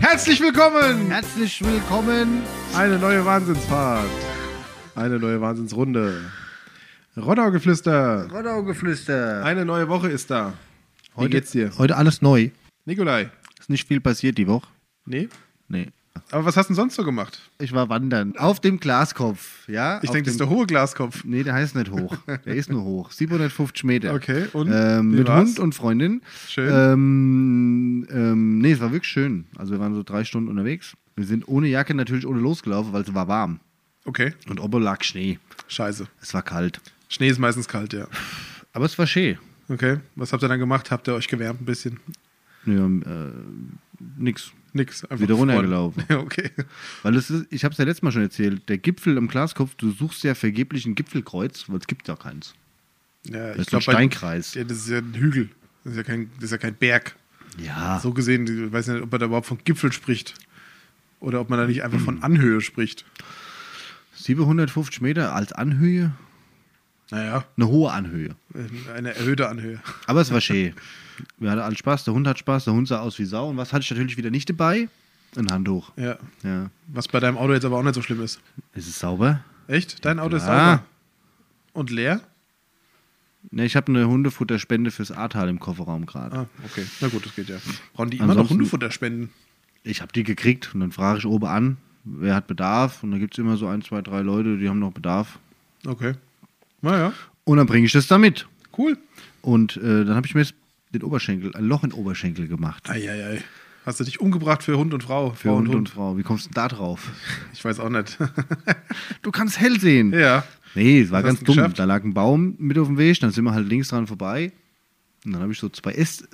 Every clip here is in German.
Herzlich willkommen! Herzlich willkommen. Eine neue Wahnsinnsfahrt. Eine neue Wahnsinnsrunde. Rodaugeflüster. Rodaugeflüster. Eine neue Woche ist da. Wie geht's dir? Heute alles neu. Nikolai? Ist nicht viel passiert die Woche. Nee? Nee. Aber was hast du denn sonst so gemacht? Ich war wandern. Auf dem Glaskopf. Ja? Ich denke, das ist der hohe Glaskopf. Nee, der heißt nicht hoch. Der ist nur hoch. 750 Meter. Okay, und? Mit war's? Hund und Freundin. Schön. Nee, es war wirklich schön. Also wir waren so 3 Stunden unterwegs. Wir sind ohne Jacke natürlich ohne losgelaufen, weil es war warm. Okay, Und oben lag Schnee. scheiße. Es war kalt. Schnee ist meistens kalt, ja. Aber es war schön. Okay, was habt ihr dann gemacht? Habt ihr euch gewärmt ein bisschen? Nee, nix. Nix, einfach Wieder gefroren. runtergelaufen. Ja, okay. Weil es ist, ich habe es ja letztes Mal schon erzählt, der Gipfel am Glaskopf, du suchst ja vergeblich ein Gipfelkreuz, weil es gibt ja keins. Ja, Das ich ist ein glaube, Steinkreis. ja, das ist ja ein Hügel. Das ist ja kein Berg. Ja, So gesehen, ich weiß nicht, ob man da überhaupt von Gipfel spricht. Oder ob man da nicht einfach von Anhöhe spricht. 750 Meter als Anhöhe, Naja, eine hohe Anhöhe. eine erhöhte Anhöhe. Aber es war schön. Wir hatten alle Spaß, der Hund hat Spaß, der Hund sah aus wie Sau. Und was hatte ich natürlich wieder nicht dabei? Ein Handtuch. Ja. Ja. Was bei deinem Auto jetzt aber auch nicht so schlimm ist. Ist es sauber? Echt? Dein Auto ist klar. sauber? Und leer? Ne, ich habe eine Hundefutterspende fürs Ahrtal im Kofferraum gerade. Ah, okay. Na gut, das geht ja. Brauchen die immer noch Ansonsten- Hundefutter spenden? Ich habe die gekriegt und dann frage ich oben an, wer hat Bedarf. Und da gibt es immer so 1, 2, 3 Leute, die haben noch Bedarf. Okay. Naja, Und dann bringe ich das da mit. cool. Und dann habe ich mir jetzt den Oberschenkel, ein Loch in den Oberschenkel gemacht. Eieiei. Hast du dich umgebracht für Hund und Frau? Für Frau Hund und Frau. Wie kommst du denn da drauf? Ich weiß auch nicht. Du kannst hell sehen. Ja. Nee, es war Was ganz hast du dumm. geschafft? Da lag ein Baum mit auf dem Weg, dann sind wir halt links dran vorbei. Und dann habe ich so zwei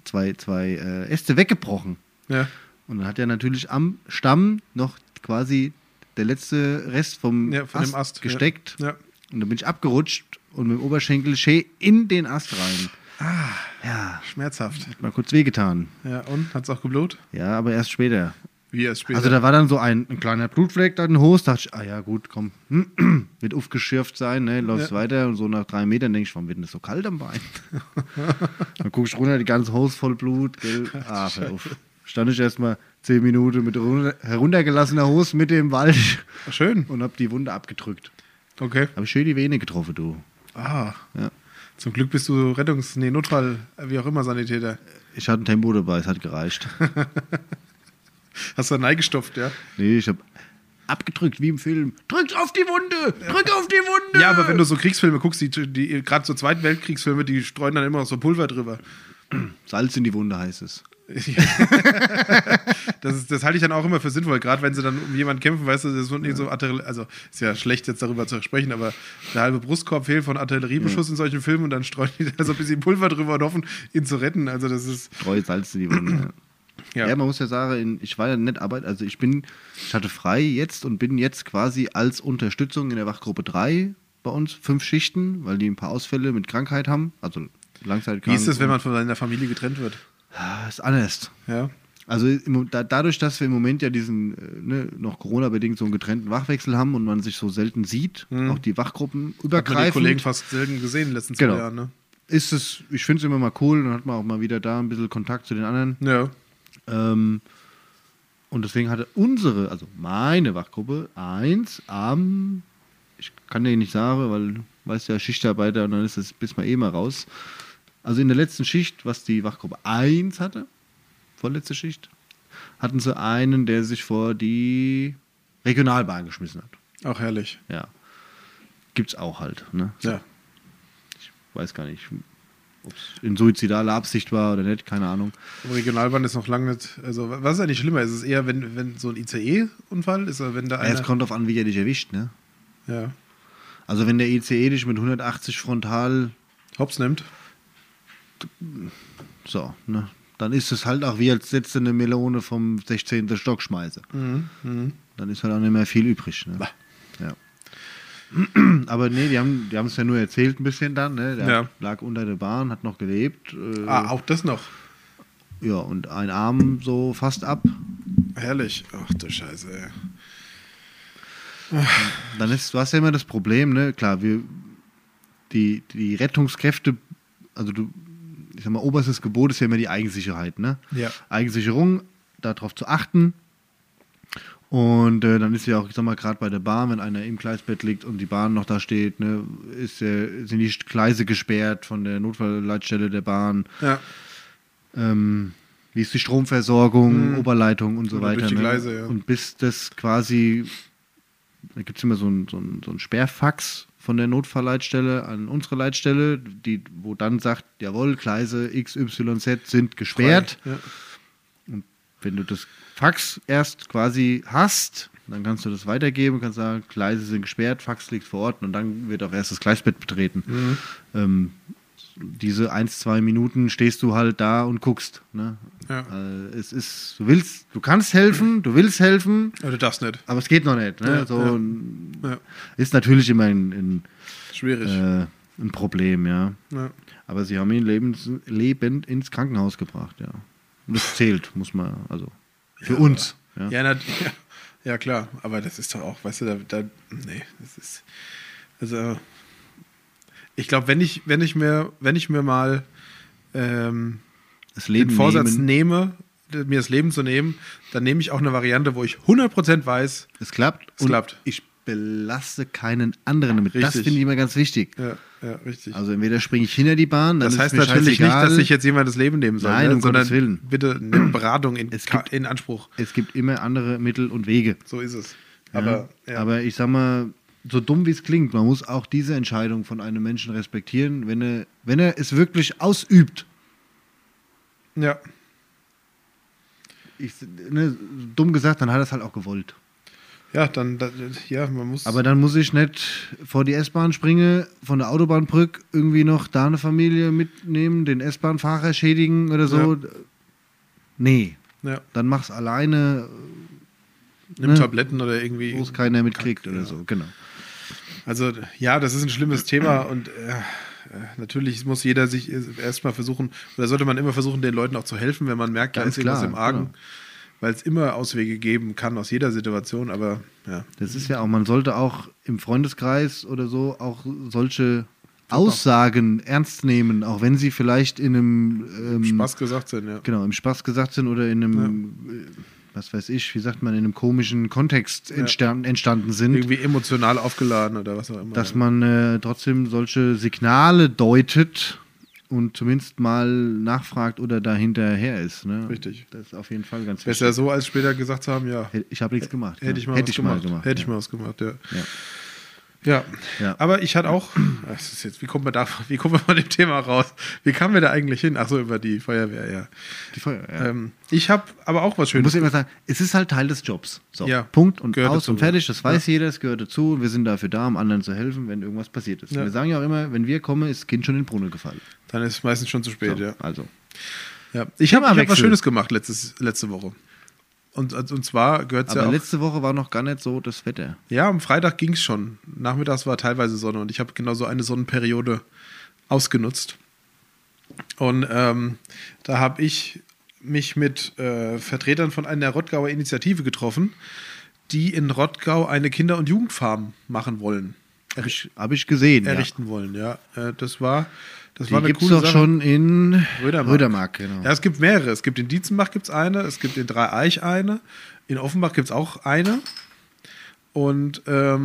Äste weggebrochen. Ja. Und dann hat er natürlich am Stamm noch quasi der letzte Rest vom Ja, von dem Ast. gesteckt. Ja. Und dann bin ich abgerutscht und mit dem Oberschenkel schön in den Ast rein. Ja, Schmerzhaft. mal kurz wehgetan. Ja, und? Hat's auch geblutet? Ja, aber erst später. Wie erst später? Also da war dann so ein kleiner Blutfleck da in den Hose, dachte ich, ah ja gut, komm, wird aufgeschürft sein, ne, läufst weiter und so nach 3 Metern denke ich, warum wird denn das so kalt am Bein? Dann guck ich runter, die ganze Hose voll Blut, gell, hör auf. Stand ich erstmal 10 Minuten mit heruntergelassener Hose mit dem Wald Ach, schön. und hab die Wunde abgedrückt. Okay. Habe ich schön die Vene getroffen, du. Ah. Ja. Zum Glück bist du Notfall, wie auch immer, Sanitäter. Ich hatte ein Tempo dabei, es hat gereicht. Hast du da neigestopft, ja? Nee, ich hab abgedrückt, wie im Film. Drückt auf die Wunde! Drück auf die Wunde! Ja, aber wenn du so Kriegsfilme guckst, die gerade so Zweiten Weltkriegsfilme, die streuen dann immer noch so Pulver drüber. Salz in die Wunde heißt es. Das halte ich dann auch immer für sinnvoll, gerade wenn sie dann um jemanden kämpfen, weißt du, das wird nicht so also ist ja schlecht jetzt darüber zu sprechen, aber der halbe Brustkorb fehlt von Artilleriebeschuss in solchen Filmen und dann streuen die da so ein bisschen Pulver drüber und hoffen, ihn zu retten. Also das ist Treue Salz in die Wunde. Ja. Man muss ja sagen, ich war ja nicht arbeiten, also ich hatte frei jetzt und bin jetzt quasi als Unterstützung in der Wachgruppe 3 bei uns, 5 Schichten, weil die ein paar Ausfälle mit Krankheit haben, also langzeitkrank. Wie ist es, wenn man von seiner Familie getrennt wird? Ist anders. Ja. Also dadurch, dass wir im Moment ja diesen, noch Corona-bedingt so einen getrennten Wachwechsel haben und man sich so selten sieht, auch die Wachgruppen Hat man die übergreifend, Kollegen fast selten gesehen in den letzten 2 Genau. Jahren, ne? ist es, ich finde es immer mal cool, dann hat man auch mal wieder da ein bisschen Kontakt zu den anderen. Ja. Und deswegen hatte also meine Wachgruppe 1 ich kann dir nicht sagen, weil du weißt ja, Schichtarbeiter und dann ist das bis mal mal raus. Also in der letzten Schicht, was die Wachgruppe 1 hatte, vorletzte Schicht, hatten sie einen, der sich vor die Regionalbahn geschmissen hat. Auch herrlich. Ja. Gibt's auch halt, ne? Ja. Ich weiß gar nicht, ob es in suizidaler Absicht war oder nicht, keine Ahnung. Aber Regionalbahn ist noch lange nicht, also was ist eigentlich schlimmer? Ist es eher, wenn so ein ICE-Unfall ist, oder wenn da Ja, es kommt drauf an, wie er dich erwischt, ne? ja, Also wenn der ICE dich mit 180 frontal Hops nimmt? so, ne? Dann ist es halt auch wie als letzte eine Melone vom 16. Stock schmeiße. Dann ist halt auch nicht mehr viel übrig. Ne? Bah. Ja. Aber nee, die haben es ja nur erzählt ein bisschen dann. Ne? Der lag unter der Bahn, hat noch gelebt. Auch das noch. Ja, und ein Arm so fast ab. Herrlich. Ach du Scheiße, ey. Dann du hast ja immer das Problem, ne? Klar, die Rettungskräfte, also ich sag mal, oberstes Gebot ist ja immer die Eigensicherheit, ne? Ja. Eigensicherung, darauf zu achten, Und dann ist ja auch, ich sag mal, gerade bei der Bahn, wenn einer im Gleisbett liegt und die Bahn noch da steht, ne, sind die Gleise gesperrt von der Notfallleitstelle der Bahn. Ja. Wie ist die Stromversorgung, Oberleitung und so Oder weiter. durch die Ne? Gleise, ja. Und bis das quasi, da gibt es immer so ein Sperrfax von der Notfallleitstelle an unsere Leitstelle, wo dann sagt, jawohl, Gleise X, Y, Z sind gesperrt. Ja. Und wenn du das Fax erst quasi hast, dann kannst du das weitergeben, kannst sagen, Gleise sind gesperrt, Fax liegt vor Ort und dann wird auch erst das Gleisbett betreten. Diese 1-2 Minuten stehst du halt da und guckst. Ne? Ja. Es ist, du kannst helfen, du willst helfen, Aber du darfst nicht. aber es geht noch nicht. Ne? Ja. Ist natürlich immer ein Schwierig. Problem, ja. Ja. Aber sie haben ihn lebend ins Krankenhaus gebracht, ja. Und das zählt, muss man, also für uns. Ja. Ja, klar. Aber das ist doch auch, weißt du, nee, das ist, also, ich glaube, wenn ich mir mal Das Leben den Vorsatz nehmen, nehme, mir das Leben zu nehmen, dann nehme ich auch eine Variante, wo ich 100% weiß, es klappt. es klappt. Ich belaste keinen anderen damit. Das Richtig. finde ich immer ganz wichtig. Ja, richtig. Also entweder springe ich hinter die Bahn, dann das ist heißt mir natürlich scheißegal. nicht, dass sich jetzt jemand das Leben nehmen soll, Nein, ne? um Gottes Willen. Bitte eine Beratung in Anspruch. Es gibt immer andere Mittel und Wege. So ist es. Ja. Ja. Aber ich sag mal, so dumm wie es klingt, man muss auch diese Entscheidung von einem Menschen respektieren, wenn er es wirklich ausübt. Ja. Dumm gesagt, dann hat er es halt auch gewollt. Ja, man muss. Aber dann muss ich nicht vor die S-Bahn springen, von der Autobahnbrücke irgendwie noch da eine Familie mitnehmen, den S-Bahn-Fahrer schädigen oder so. Ja. Nee, ja. dann mach's alleine, Nimm Tabletten oder irgendwie. wo es keiner mitkriegt oder so, genau. Also, ja, das ist ein schlimmes Thema und natürlich muss jeder sich erstmal versuchen, oder sollte man immer versuchen, den Leuten auch zu helfen, wenn man merkt, da Ganz ist irgendwas klar, im Argen. genau. Weil es immer Auswege geben kann aus jeder Situation, aber ja. Das ist ja auch, man sollte auch im Freundeskreis oder so auch solche Aussagen ernst nehmen, auch wenn sie vielleicht in einem Spaß gesagt sind, ja. Genau, im Spaß gesagt sind oder in einem, was weiß ich, wie sagt man, in einem komischen Kontext entstanden sind. Irgendwie emotional aufgeladen oder was auch immer. Dass man trotzdem solche Signale deutet und zumindest mal nachfragt oder dahinterher ist. Ne? Richtig. Das ist auf jeden Fall ganz Besser so, als später gesagt zu haben, ja. Ich habe nichts gemacht. Hätte ich mal was gemacht, ja. Ja, aber ich hatte auch, das ist jetzt, wie kommen wir von dem Thema raus? Wie kamen wir da eigentlich hin? Ach so, über die Feuerwehr, ja. Die Feuerwehr, ich habe aber auch was Ich Schönes. muss immer sagen, es ist halt Teil des Jobs. So, Ja, Punkt und gehört aus dazu. und fertig. Das weiß jeder, es gehört dazu. Und wir sind dafür da, um anderen zu helfen, wenn irgendwas passiert ist. Ja. Wir sagen ja auch immer, wenn wir kommen, ist das Kind schon in den Brunnen gefallen. Dann ist es meistens schon zu spät, So, ja. Also, Ja. Ich habe was Themawechsel. Schönes gemacht letzte Woche. Und zwar gehört es ja aber auch. letzte Woche war noch gar nicht so das Wetter. Ja, am Freitag ging es schon. Nachmittags war teilweise Sonne und ich habe genau so eine Sonnenperiode ausgenutzt. Und da habe ich mich mit Vertretern von einer Rottgauer Initiative getroffen, die in Rottgau eine Kinder- und Jugendfarm machen wollen. Habe ich gesehen. Errichten wollen, ja. Das war Die eine gibt es coole doch Sache. schon in Rödermark. genau. Ja, es gibt mehrere. Es gibt in Dietzenbach gibt's eine, es gibt in Dreieich eine, in Offenbach gibt es auch eine. Und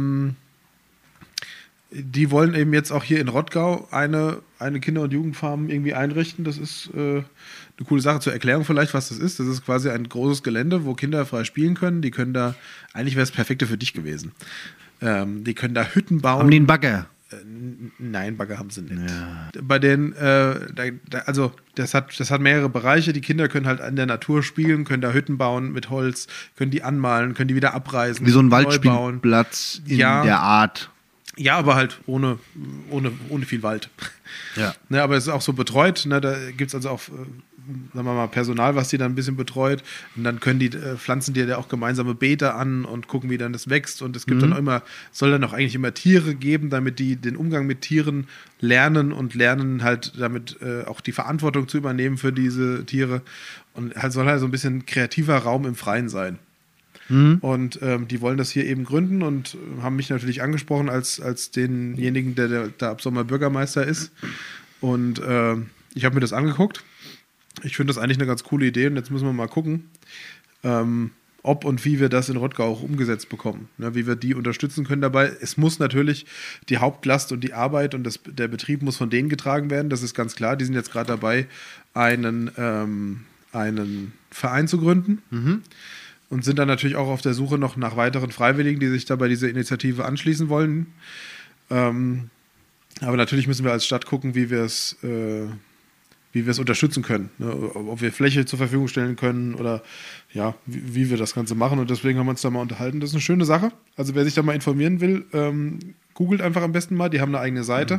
die wollen eben jetzt auch hier in Rottgau eine Kinder- und Jugendfarm irgendwie einrichten. Das ist eine coole Sache. Zur Erklärung vielleicht, was das ist. Das ist quasi ein großes Gelände, wo Kinder frei spielen können. Die können da, eigentlich wäre es perfekte für dich gewesen. Die können da Hütten bauen. Haben die einen Bagger? Nein, Bagger haben sie nicht. Ja. Bei den, also das hat mehrere Bereiche. Die Kinder können halt in der Natur spielen, können da Hütten bauen mit Holz, können die anmalen, können die wieder abreißen. Wie so ein neu bauen. Waldspielplatz in Ja. der Art. Ja, aber halt ohne viel Wald. Ja. Ne, aber es ist auch so betreut. Ne, da gibt es also auch, sagen wir mal, Personal, was die dann ein bisschen betreut. Und dann können die pflanzen die ja auch gemeinsame Beete an und gucken, wie dann das wächst. Und es gibt dann immer, soll dann auch eigentlich immer Tiere geben, damit die den Umgang mit Tieren lernen und lernen halt damit auch die Verantwortung zu übernehmen für diese Tiere. Und halt soll halt so ein bisschen kreativer Raum im Freien sein. Und die wollen das hier eben gründen und haben mich natürlich angesprochen als denjenigen, der da ab Sommer Bürgermeister ist. Und ich habe mir das angeguckt. Ich finde das eigentlich eine ganz coole Idee und jetzt müssen wir mal gucken, ob und wie wir das in Rottgau auch umgesetzt bekommen, ne, wie wir die unterstützen können dabei. Es muss natürlich die Hauptlast und die Arbeit und der Betrieb muss von denen getragen werden, das ist ganz klar. Die sind jetzt gerade dabei, einen Verein zu gründen und sind dann natürlich auch auf der Suche noch nach weiteren Freiwilligen, die sich da bei dieser Initiative anschließen wollen. Aber natürlich müssen wir als Stadt gucken, wie wir es unterstützen können. Ne? Ob wir Fläche zur Verfügung stellen können oder ja, wie wir das Ganze machen. Und deswegen haben wir uns da mal unterhalten. Das ist eine schöne Sache. Also wer sich da mal informieren will, googelt einfach am besten mal. Die haben eine eigene Seite.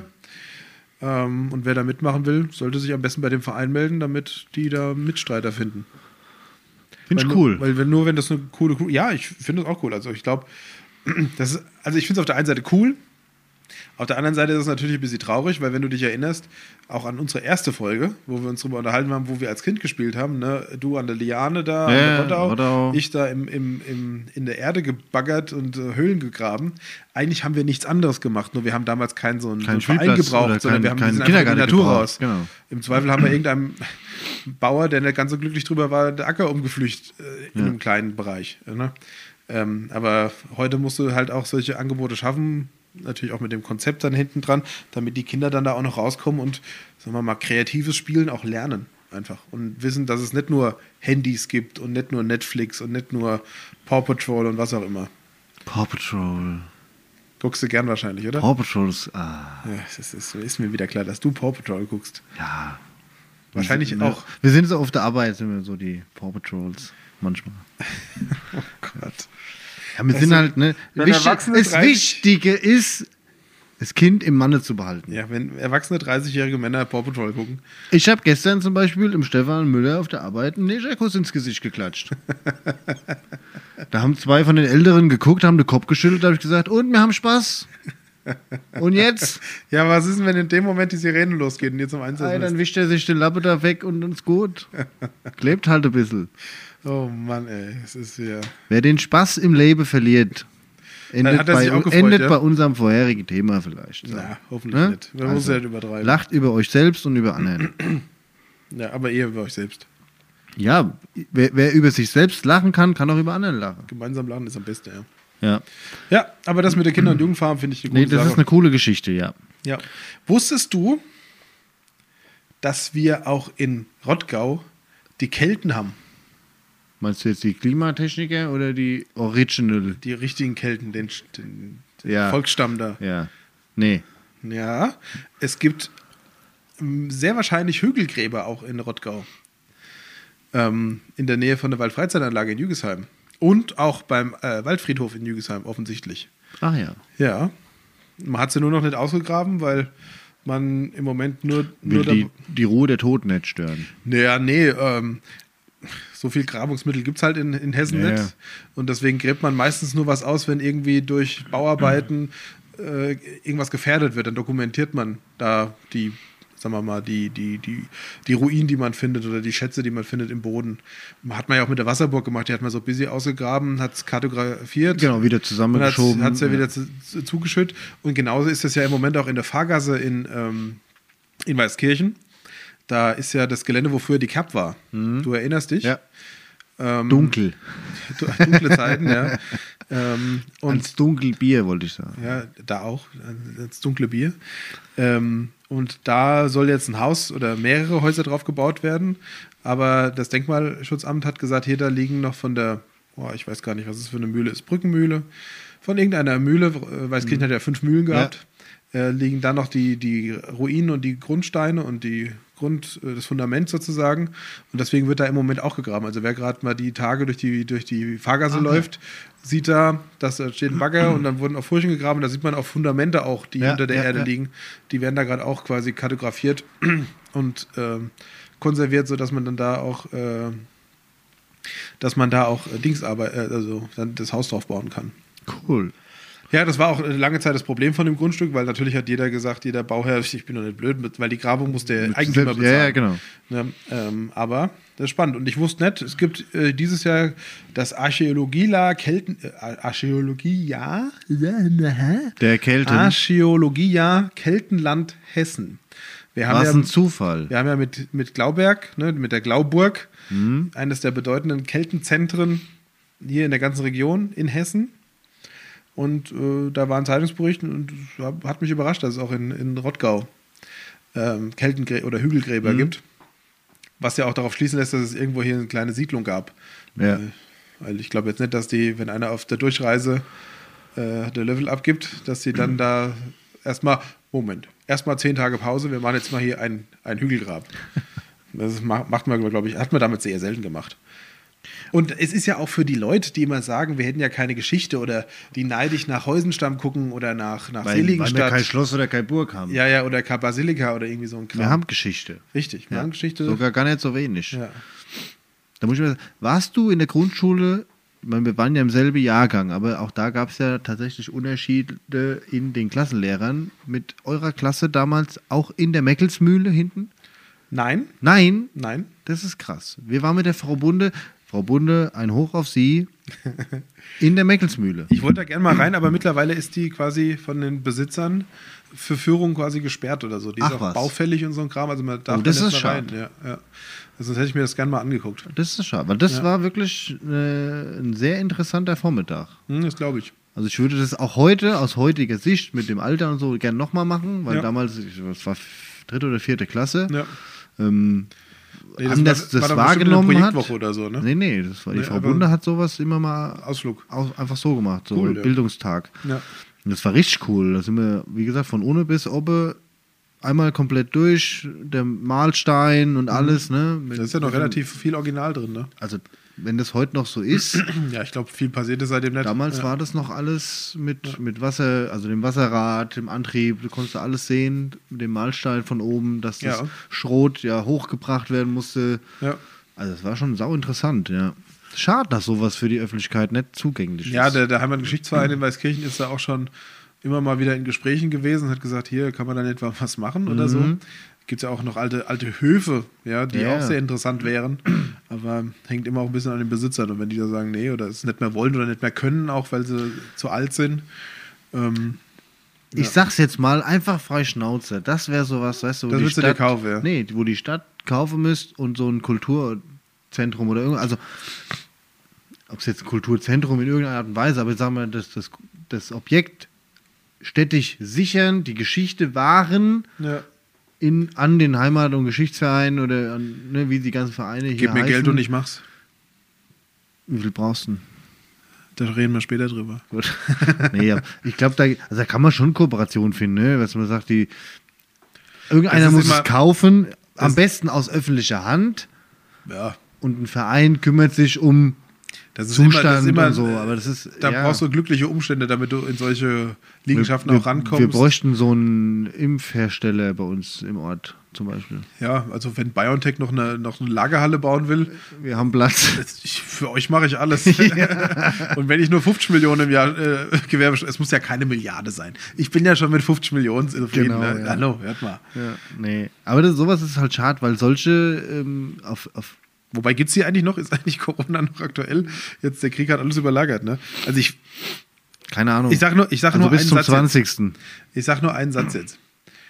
Und wer da mitmachen will, sollte sich am besten bei dem Verein melden, damit die da Mitstreiter finden. Finde ich cool. Wenn das eine coole... Ja, ich finde das auch cool. Also ich glaube, ich finde es auf der einen Seite cool. Auf der anderen Seite ist es natürlich ein bisschen traurig, weil wenn du dich erinnerst, auch an unsere erste Folge, wo wir uns darüber unterhalten haben, wo wir als Kind gespielt haben, ne? Du an der Liane da, an der Rottau, ich da in der Erde gebaggert und Höhlen gegraben. Eigentlich haben wir nichts anderes gemacht, nur wir haben damals keinen Verein gebraucht, sondern wir haben diesen einfach in die Natur raus. Genau. Im Zweifel haben wir irgendeinem Bauer, der nicht ganz so glücklich drüber war, der Acker umgepflügt in einem kleinen Bereich. Ne? Aber heute musst du halt auch solche Angebote schaffen, natürlich auch mit dem Konzept dann hinten dran, damit die Kinder dann da auch noch rauskommen und, sagen wir mal, kreatives Spielen auch lernen einfach und wissen, dass es nicht nur Handys gibt und nicht nur Netflix und nicht nur Paw Patrol und was auch immer. Paw Patrol. Guckst du gern wahrscheinlich, oder? Paw Patrol ist... Ja, es ist mir wieder klar, dass du Paw Patrol guckst. Ja. Wahrscheinlich auch. Wir sind so auf der Arbeit, sind wir so die Paw Patrols manchmal. Oh Gott. Ja, wir sind halt, ne? Wichtige ist, das Kind im Manne zu behalten. Ja, wenn erwachsene 30-jährige Männer Paw Patrol gucken. Ich habe gestern zum Beispiel im Stefan Müller auf der Arbeit einen Negerkuss ins Gesicht geklatscht. Da haben 2 von den Älteren geguckt, haben den Kopf geschüttelt, da habe ich gesagt, und wir haben Spaß. Und jetzt? Ja, was ist denn, wenn in dem Moment die Sirene losgeht und ihr zum Einsatz dann wischt er sich den Lappe da weg und uns gut. Klebt halt ein bisschen. Oh Mann, ey, es ist ja... Wer den Spaß im Leben verliert, endet bei unserem vorherigen Thema vielleicht. So. Na, hoffentlich nicht. Man muss ja nicht übertreiben. Lacht über euch selbst und über anderen. Ja, aber eher über euch selbst. Ja, wer über sich selbst lachen kann, kann auch über anderen lachen. Gemeinsam lachen ist am besten, ja. Ja. Ja, aber das mit der Kinder- und Jugendfarm finde ich eine gute Sache. Das ist eine coole Geschichte, ja. Ja. Wusstest du, dass wir auch in Rottgau die Kelten haben? Meinst du jetzt die Klimatechniker oder die Original? Die richtigen Kelten, den Volksstamm da. Ja. Nee. Ja, es gibt sehr wahrscheinlich Hügelgräber auch in Rottgau. In der Nähe von der Waldfreizeitanlage in Jügesheim. Und auch beim Waldfriedhof in Jügesheim offensichtlich. Ach ja. Ja. Man hat sie nur noch nicht ausgegraben, weil man im Moment nur die Ruhe der Toten nicht stören. So viel Grabungsmittel gibt es halt in Hessen nicht. Und deswegen gräbt man meistens nur was aus, wenn irgendwie durch Bauarbeiten irgendwas gefährdet wird. Dann dokumentiert man da die Ruinen, die man findet oder die Schätze, die man findet im Boden. Hat man ja auch mit der Wasserburg gemacht. Die hat man so ein bisschen ausgegraben, hat es kartografiert. Genau, wieder zusammengeschoben. Hat es ja wieder zugeschüttet. Und genauso ist es ja im Moment auch in der Fahrgasse in Weißkirchen. Da ist ja das Gelände, wo früher die Cap war. Mhm. Du erinnerst dich? Ja. Dunkel. Dunkle Zeiten, ja. Als dunkel Bier, wollte ich sagen. Ja, da auch, als dunkle Bier. Und da soll jetzt ein Haus oder mehrere Häuser drauf gebaut werden. Aber das Denkmalschutzamt hat gesagt, hier, da liegen noch von der, ich weiß gar nicht, was es für eine Mühle ist, Brückenmühle. Von irgendeiner Mühle, Weißkirchen hat ja 5 Mühlen gehabt. Ja. Liegen da noch die Ruinen und die Grundsteine und das Fundament sozusagen. Und deswegen wird da im Moment auch gegraben. Also wer gerade mal die Tage durch die Fahrgasse läuft, sieht da steht ein Bagger und dann wurden auch Furchen gegraben. Da sieht man auch Fundamente auch, die unter der Erde liegen. Die werden da gerade auch quasi kartografiert und konserviert, sodass man dann da auch also dann das Haus drauf bauen kann. Cool. Ja, das war auch lange Zeit das Problem von dem Grundstück, weil natürlich hat jeder gesagt, jeder Bauherr, ich bin doch nicht blöd, weil die Grabung muss der Eigentümer bezahlen. Ja, genau. Ja, aber das ist spannend. Und ich wusste nicht, es gibt dieses Jahr das Archäologiejahr der Kelten. Archäologiejahr Keltenland Hessen. Ein Zufall. Wir haben ja mit Glauberg, mit der Glauburg, eines der bedeutenden Keltenzentren hier in der ganzen Region in Hessen. Und da war ein Zeitungsbericht und es hat mich überrascht, dass es auch in Rottgau oder Hügelgräber gibt. Was ja auch darauf schließen lässt, dass es irgendwo hier eine kleine Siedlung gab. Ja. Weil ich glaube jetzt nicht, dass wenn einer auf der Durchreise der Level abgibt, dass die dann da erstmal 10 Tage Pause, wir machen jetzt mal hier ein Hügelgrab. Das macht man, glaube ich, hat man damit sehr selten gemacht. Und es ist ja auch für die Leute, die immer sagen, wir hätten ja keine Geschichte oder die neidisch nach Heusenstamm gucken oder nach Seligenstadt. Weil wir kein Schloss oder keine Burg haben. Ja, oder keine Basilika oder irgendwie so ein Kram. Wir haben Geschichte. Richtig, wir haben Geschichte. Sogar gar nicht so wenig. Ja. Da muss ich mal sagen, warst du in der Grundschule, ich meine, wir waren ja im selben Jahrgang, aber auch da gab es ja tatsächlich Unterschiede in den Klassenlehrern. Mit eurer Klasse damals auch in der Meckelsmühle hinten? Nein. Nein? Nein. Das ist krass. Wir waren mit der Frau Bunde, ein Hoch auf Sie, in der Meckelsmühle. Ich wollte da gerne mal rein, aber mittlerweile ist die quasi von den Besitzern für Führung quasi gesperrt oder so. Die ist auch baufällig und so ein Kram, also man darf das da ist nicht mehr rein. schade. Ja. Also sonst hätte ich mir das gerne mal angeguckt. Das ist schade, weil das war wirklich ein sehr interessanter Vormittag. Das glaube ich. Also ich würde das auch heute, aus heutiger Sicht, mit dem Alter und so, gerne nochmal machen, weil damals, das war 3. oder 4. Klasse, das das war wahrgenommen eine hat. Projektwoche oder so, ne? Nee, das war die Frau Bunde hat sowas immer mal Ausflug. Einfach so gemacht, so Cool, Bildungstag. Ja. Und das war richtig cool. Da sind wir, wie gesagt, von ohne bis obe einmal komplett durch, der Mahlstein und alles, ne? Da ist ja noch relativ viel Original drin, ne? Also, wenn das heute noch so ist. Ja, ich glaube, viel passiert ist seitdem nicht. Damals war das noch alles mit Wasser, also dem Wasserrad, dem Antrieb, du konntest alles sehen, mit dem Mahlstein von oben, dass das Schrot hochgebracht werden musste. Ja. Also das war schon sau interessant, ja. Schade, dass sowas für die Öffentlichkeit nicht zugänglich ist. Ja, der Heimatgeschichtsverein in Weißkirchen ist da auch schon immer mal wieder in Gesprächen gewesen, hat gesagt, hier kann man dann etwa was machen oder so. Gibt es ja auch noch alte Höfe, die auch sehr interessant wären, aber hängt immer auch ein bisschen an den Besitzern. Und wenn die da sagen, nee, oder es nicht mehr wollen oder nicht mehr können, auch weil sie zu alt sind. Ich sag's jetzt mal, einfach frei Schnauze. Das wäre sowas, weißt du, das würdest du dir kaufen, ja. Nee, wo die Stadt kaufen müsst und so ein Kulturzentrum oder irgendwas, also ob es jetzt ein Kulturzentrum in irgendeiner Art und Weise, aber sagen wir, das Objekt städtisch sichern, die Geschichte wahren, an den Heimat- und Geschichtsvereinen oder wie die ganzen Vereine hier Gib mir Geld und ich mach's. Wie viel brauchst du denn? Da reden wir später drüber. Gut. Nee, ich glaube, da kann man schon Kooperation finden, ne? Was man sagt, irgendeiner muss es kaufen, am besten aus öffentlicher Hand. Ja. Und ein Verein kümmert sich um Zustand immer, und so. Aber das ist, da brauchst du glückliche Umstände, damit du in solche Liegenschaften auch rankommst. Wir bräuchten so einen Impfhersteller bei uns im Ort zum Beispiel. Ja, also wenn BioNTech noch eine Lagerhalle bauen will. Wir haben Platz. Für euch mache ich alles. Und wenn ich nur 50 Millionen im Jahr Gewerbe, es muss ja keine Milliarde sein. Ich bin ja schon mit 50 Millionen zufrieden. Genau, ne? Hallo, hört mal. Ja, nee. Aber sowas ist halt schade, weil solche Wobei gibt es hier eigentlich noch? Ist eigentlich Corona noch aktuell? Jetzt der Krieg hat alles überlagert, ne? Also keine Ahnung. Ich sag nur bis einen zum Satz 20. Jetzt. Ich sag nur einen Satz jetzt.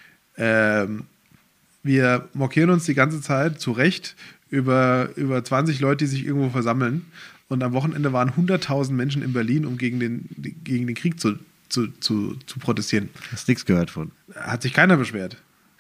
Wir mokieren uns die ganze Zeit zu Recht über 20 Leute, die sich irgendwo versammeln. Und am Wochenende waren 100.000 Menschen in Berlin, um gegen den Krieg zu protestieren. Hast nichts gehört von. Hat sich keiner beschwert.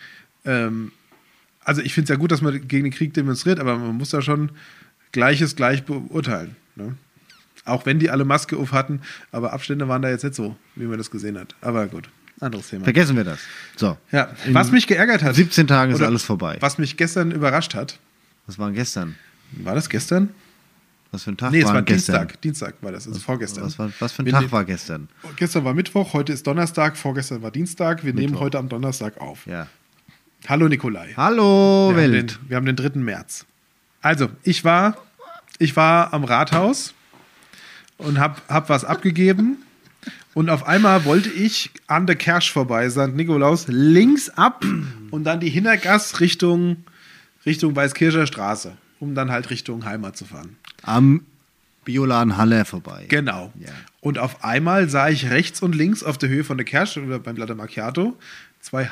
Also ich finde es ja gut, dass man gegen den Krieg demonstriert, aber man muss da schon Gleiches gleich beurteilen. Ne? Auch wenn die alle Maske auf hatten, aber Abstände waren da jetzt nicht so, wie man das gesehen hat. Aber gut, anderes Thema. Vergessen wir das. So. Ja, was mich geärgert hat. 17 Tagen ist alles vorbei. Was mich gestern überrascht hat. Was war gestern? War das gestern? Was für ein Tag es war war gestern? Dienstag war das, also vorgestern. Was für ein Tag war gestern? Gestern war Mittwoch, heute ist Donnerstag, vorgestern war Dienstag. Wir nehmen heute am Donnerstag auf. Ja. Hallo Nikolai. Hallo Welt. Wir haben den 3. März. Also, ich war am Rathaus und hab was abgegeben und auf einmal wollte ich an der Kersch vorbei, St. Nikolaus, links ab und dann die Hintergasse Richtung Weißkircher Straße, um dann halt Richtung Heimat zu fahren. Am Bioladen Halle vorbei. Genau. Ja. Und auf einmal sah ich rechts und links auf der Höhe von der Kersch oder beim Latte Macchiato zwei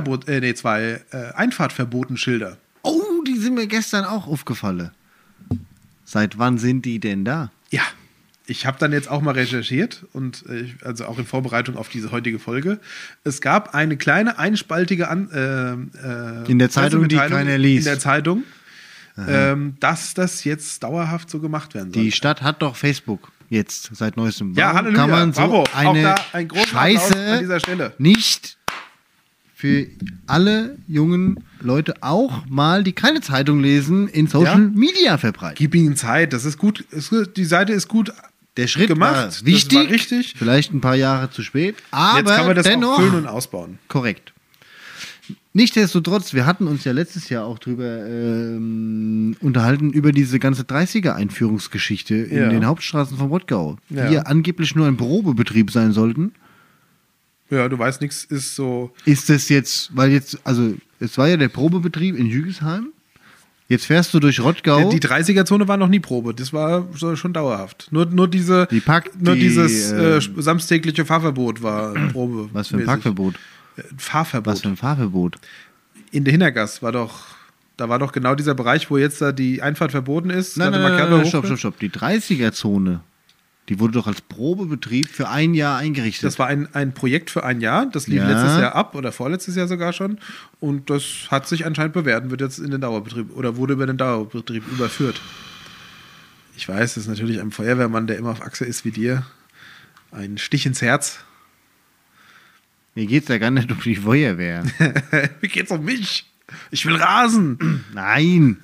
Einfahrtverboten-Schilder. Oh, die sind mir gestern auch aufgefallen. Seit wann sind die denn da? Ja, ich habe dann jetzt auch mal recherchiert und also auch in Vorbereitung auf diese heutige Folge. Es gab eine kleine einspaltige in der Zeitung, die Pressemitteilung keiner liest. In der Zeitung, dass das jetzt dauerhaft so gemacht werden soll. Die Stadt hat doch Facebook jetzt seit neuestem. Ja, Warum Halleluja, kann man so bravo. eine Auch da ein großer Applaus Scheiße an dieser Stelle. nicht für alle jungen Leute auch mal, die keine Zeitung lesen, in Social Media verbreiten? Gib ihnen Zeit, das ist gut. Die Seite ist gut Der Schritt gemacht. war wichtig, Das war richtig. vielleicht ein paar Jahre zu spät, aber Jetzt kann man das dennoch auch füllen und ausbauen. korrekt. Nichtsdestotrotz, wir hatten uns ja letztes Jahr auch drüber unterhalten, über diese ganze 30er-Einführungsgeschichte in den Hauptstraßen von Rottgau, die ja angeblich nur ein Probebetrieb sein sollten. Ja, du weißt, nichts ist so. Ist das jetzt, weil jetzt, also es war ja der Probebetrieb in Jügesheim, jetzt fährst du durch Rottgau. Die 30er-Zone war noch nie Probe, das war so schon dauerhaft. Nur dieses samstägliche Fahrverbot war Probe. Was für ein Parkverbot? Fahrverbot. Was für ein Fahrverbot? In der Hintergasse da war doch genau dieser Bereich, wo jetzt da die Einfahrt verboten ist. Nein, stopp. Die 30er-Zone, die wurde doch als Probebetrieb für ein Jahr eingerichtet. Das war ein Projekt für ein Jahr, das lief letztes Jahr ab oder vorletztes Jahr sogar schon. Und das hat sich anscheinend bewährt und wird jetzt in den Dauerbetrieb oder wurde über den Dauerbetrieb überführt. Ich weiß, das ist natürlich einem Feuerwehrmann, der immer auf Achse ist wie dir, ein Stich ins Herz. Mir geht's ja gar nicht um die Feuerwehr. Mir geht's um mich. Ich will rasen. Nein.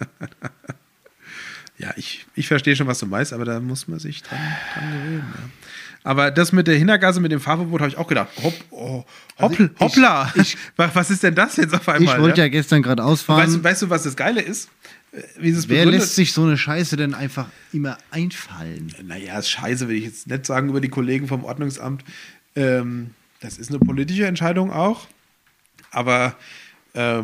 Ja, ich verstehe schon, was du meinst, aber da muss man sich dran gewöhnen. Ja. Aber das mit der Hintergasse, mit dem Fahrverbot, habe ich auch gedacht, hoppla. Was ist denn das jetzt auf einmal? Ich wollte ja gestern gerade ausfahren. Weißt du, was das Geile ist? Wer lässt sich so eine Scheiße denn einfach immer einfallen? Naja, ist scheiße, will ich jetzt nicht sagen über die Kollegen vom Ordnungsamt. Das ist eine politische Entscheidung auch. Aber da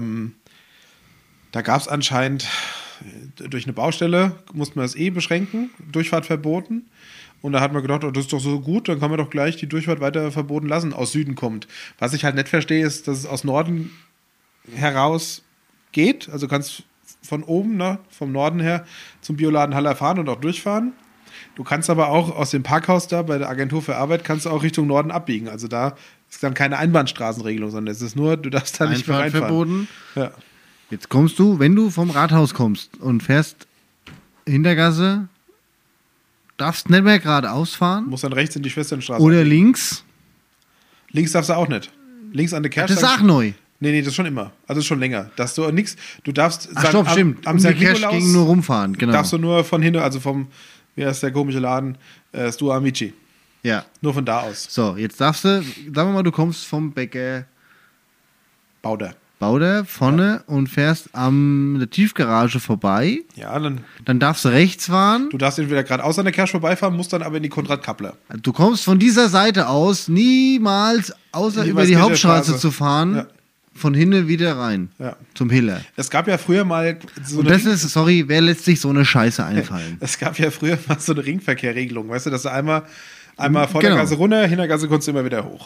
gab es anscheinend durch eine Baustelle, musste man das beschränken, Durchfahrt verboten. Und da hat man gedacht, oh, das ist doch so gut, dann kann man doch gleich die Durchfahrt weiter verboten lassen, aus Süden kommt. Was ich halt nicht verstehe, ist, dass es aus Norden heraus geht. Also kannst von oben, ne, vom Norden her zum Bioladen Haller fahren und auch durchfahren. Du kannst aber auch aus dem Parkhaus da bei der Agentur für Arbeit kannst du auch Richtung Norden abbiegen. Also da ist dann keine Einbahnstraßenregelung, sondern es ist nur, du darfst da nicht mehr reinfahren. Verboten. Ja. Jetzt kommst du, wenn du vom Rathaus kommst und fährst Hintergasse, darfst nicht mehr geradeaus fahren. Musst dann rechts in die Schwesternstraße. Oder abbiegen. links. Links darfst du auch nicht. Links an der Das Kerstag. ist auch neu. Nee, das ist schon immer. Also ist schon länger. Dass du nichts, du darfst Ach stopp, stimmt. am Die St. Cash Nikolaus ging nur rumfahren, genau. darfst du nur von hinten, also vom, wie heißt der komische Laden, Stua Amici. Ja. Nur von da aus. So, jetzt darfst du, sagen wir mal, du kommst vom Bäcker Bauder. vorne und fährst an der Tiefgarage vorbei. Ja, dann. Dann darfst du rechts fahren. Du darfst entweder geradeaus an der Kersch vorbeifahren, musst dann aber in die Konrad-Kappler. Du kommst von dieser Seite aus niemals, außer über die Hauptstraße zu fahren, Ja. von hinten wieder rein. Ja. Zum Hiller. Es gab ja früher mal so Und das ist, sorry, wer lässt sich so eine Scheiße einfallen? Es gab ja früher mal so eine Ringverkehrregelung, weißt du, dass du einmal vor der Genau. Gasse runter, Hintergasse konntest du immer wieder hoch.